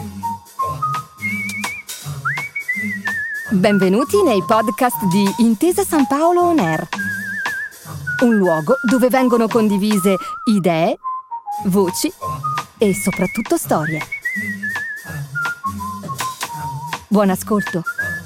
Benvenuti nei podcast di Intesa San Paolo On Air, un luogo dove vengono condivise idee, voci e soprattutto storie. Buon ascolto.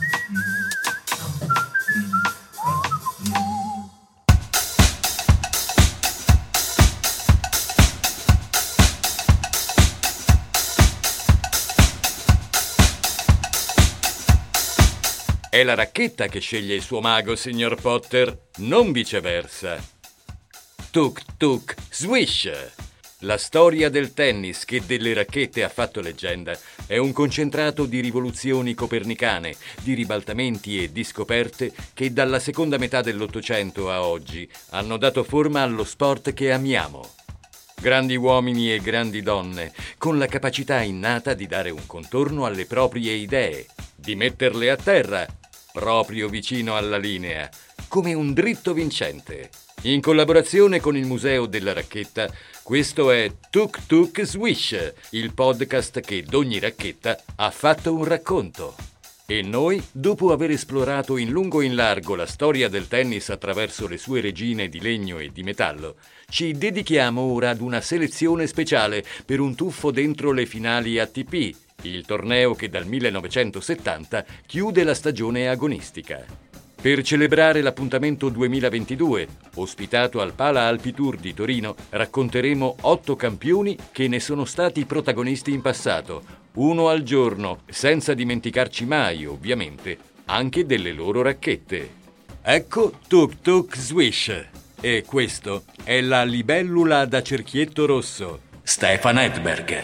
È la racchetta che sceglie il suo mago, signor Potter, non viceversa. Tuk tuk swish! La storia del tennis che delle racchette ha fatto leggenda è un concentrato di rivoluzioni copernicane, di ribaltamenti e di scoperte che dalla seconda metà dell'Ottocento a oggi hanno dato forma allo sport che amiamo. Grandi uomini e grandi donne, con la capacità innata di dare un contorno alle proprie idee, di metterle a terra, proprio vicino alla linea, come un dritto vincente. In collaborazione con il Museo della Racchetta, questo è Tuk Tuk Swish, il podcast che d'ogni racchetta ha fatto un racconto. E noi, dopo aver esplorato in lungo e in largo la storia del tennis attraverso le sue regine di legno e di metallo, ci dedichiamo ora ad una selezione speciale per un tuffo dentro le finali ATP, il torneo che dal 1970 chiude la stagione agonistica. Per celebrare l'appuntamento 2022, ospitato al Pala Alpi Tour di Torino, racconteremo 8 campioni che ne sono stati protagonisti in passato, uno al giorno, senza dimenticarci mai, ovviamente, anche delle loro racchette. Ecco Tuk Tuk Swish. E questo è la libellula da cerchietto rosso, Stefan Edberg.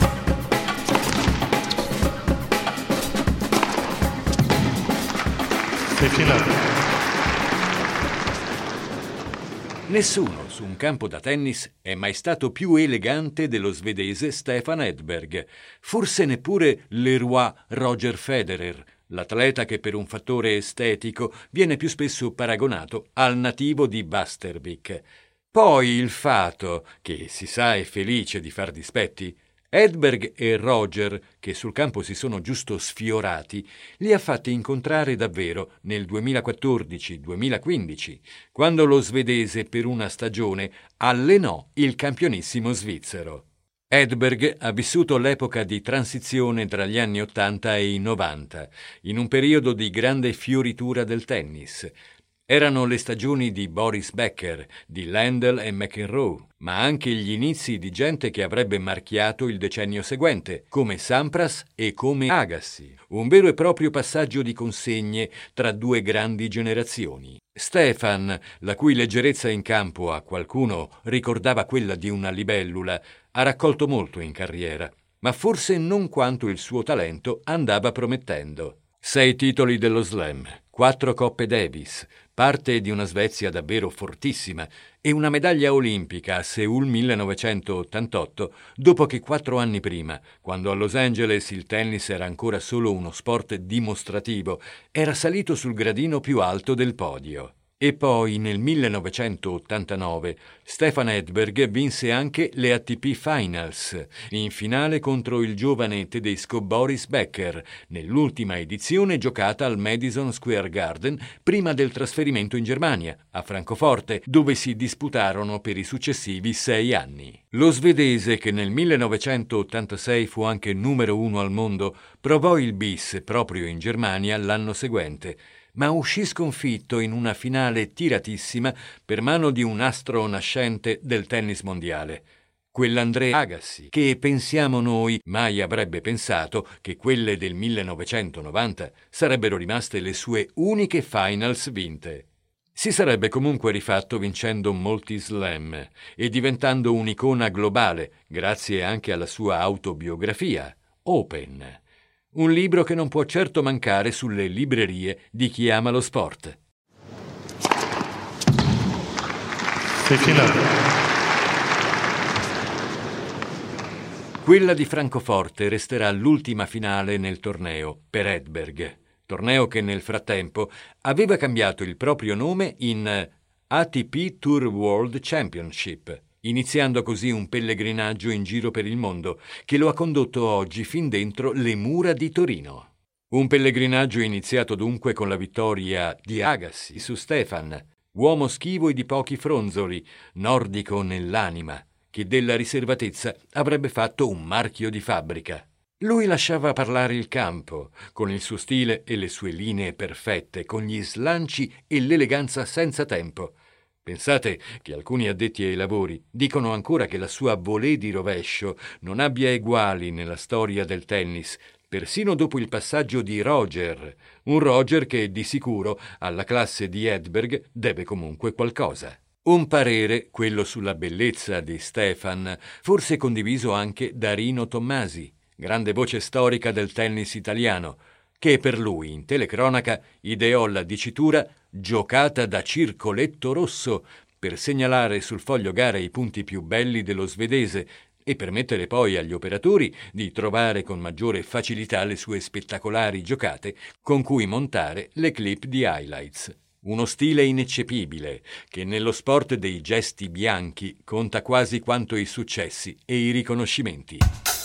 Nessuno su un campo da tennis è mai stato più elegante dello svedese Stefan Edberg, forse neppure l'Eroy Roger Federer, l'atleta che per un fattore estetico viene più spesso paragonato al nativo di Västervik. Poi il fato, che si sa è felice di far dispetti, Edberg e Roger, che sul campo si sono giusto sfiorati, li ha fatti incontrare davvero nel 2014-2015, quando lo svedese per una stagione allenò il campionissimo svizzero. Edberg ha vissuto l'epoca di transizione tra gli anni 80 e i 90, in un periodo di grande fioritura del tennis. Erano le stagioni di Boris Becker, di Lendl e McEnroe, ma anche gli inizi di gente che avrebbe marchiato il decennio seguente, come Sampras e come Agassi, un vero e proprio passaggio di consegne tra due grandi generazioni. Stefan, la cui leggerezza in campo a qualcuno ricordava quella di una libellula, ha raccolto molto in carriera, ma forse non quanto il suo talento andava promettendo. 6 titoli dello Slam, 4 Coppe Davis, parte di una Svezia davvero fortissima e una medaglia olimpica a Seul 1988, dopo che 4 anni prima, quando a Los Angeles il tennis era ancora solo uno sport dimostrativo, era salito sul gradino più alto del podio. E poi nel 1989 Stefan Edberg vinse anche le ATP Finals, in finale contro il giovane tedesco Boris Becker, nell'ultima edizione giocata al Madison Square Garden prima del trasferimento in Germania, a Francoforte, dove si disputarono per i successivi 6 anni. Lo svedese, che nel 1986 fu anche numero 1 al mondo, provò il bis proprio in Germania l'anno seguente, ma uscì sconfitto in una finale tiratissima per mano di un astro nascente del tennis mondiale, quell'André Agassi, che pensiamo noi mai avrebbe pensato che quelle del 1990 sarebbero rimaste le sue uniche finals vinte. Si sarebbe comunque rifatto vincendo molti slam e diventando un'icona globale, grazie anche alla sua autobiografia, Open. Un libro che non può certo mancare sulle librerie di chi ama lo sport. Quella di Francoforte resterà l'ultima finale nel torneo per Edberg, torneo che nel frattempo aveva cambiato il proprio nome in ATP Tour World Championship, iniziando così un pellegrinaggio in giro per il mondo che lo ha condotto oggi fin dentro le mura di Torino. Un pellegrinaggio iniziato dunque con la vittoria di Agassi su Stefan, uomo schivo e di pochi fronzoli, nordico nell'anima, che della riservatezza avrebbe fatto un marchio di fabbrica. Lui lasciava parlare il campo, con il suo stile e le sue linee perfette, con gli slanci e l'eleganza senza tempo. Pensate che alcuni addetti ai lavori dicono ancora che la sua volée di rovescio non abbia eguali nella storia del tennis, persino dopo il passaggio di Roger, un Roger che di sicuro alla classe di Edberg deve comunque qualcosa. Un parere, quello sulla bellezza di Stefan, forse condiviso anche da Rino Tommasi, grande voce storica del tennis italiano, che per lui in telecronaca ideò la dicitura giocata da circoletto rosso per segnalare sul foglio gara i punti più belli dello svedese e permettere poi agli operatori di trovare con maggiore facilità le sue spettacolari giocate con cui montare le clip di highlights. Uno stile ineccepibile che nello sport dei gesti bianchi conta quasi quanto i successi e i riconoscimenti.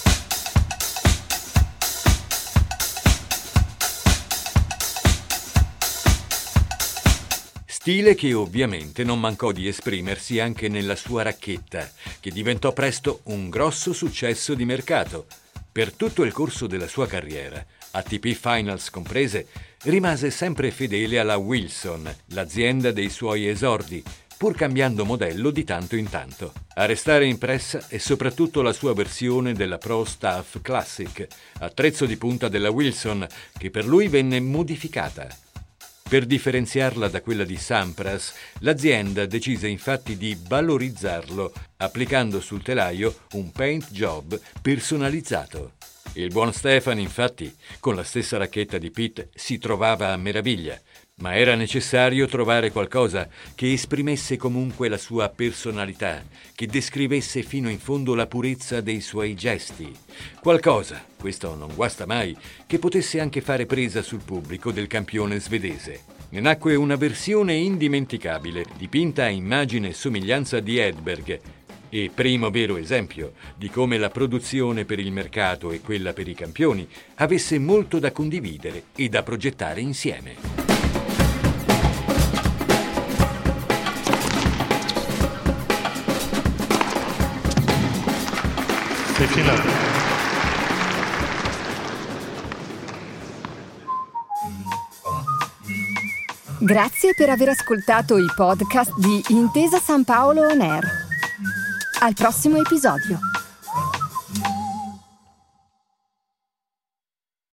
Stile che ovviamente non mancò di esprimersi anche nella sua racchetta, che diventò presto un grosso successo di mercato. Per tutto il corso della sua carriera, ATP Finals comprese, rimase sempre fedele alla Wilson, l'azienda dei suoi esordi, pur cambiando modello di tanto in tanto. A restare impressa è soprattutto la sua versione della Pro Staff Classic, attrezzo di punta della Wilson, che per lui venne modificata. Per differenziarla da quella di Sampras, l'azienda decise infatti di valorizzarlo, applicando sul telaio un paint job personalizzato. Il buon Stefan, infatti, con la stessa racchetta di Pete, si trovava a meraviglia, ma era necessario trovare qualcosa che esprimesse comunque la sua personalità, che descrivesse fino in fondo la purezza dei suoi gesti. Qualcosa, questo non guasta mai, che potesse anche fare presa sul pubblico del campione svedese. Ne nacque una versione indimenticabile, dipinta a immagine e somiglianza di Edberg, e primo vero esempio di come la produzione per il mercato e quella per i campioni avesse molto da condividere e da progettare insieme. Grazie per aver ascoltato i podcast di Intesa San Paolo On Air. Al prossimo episodio.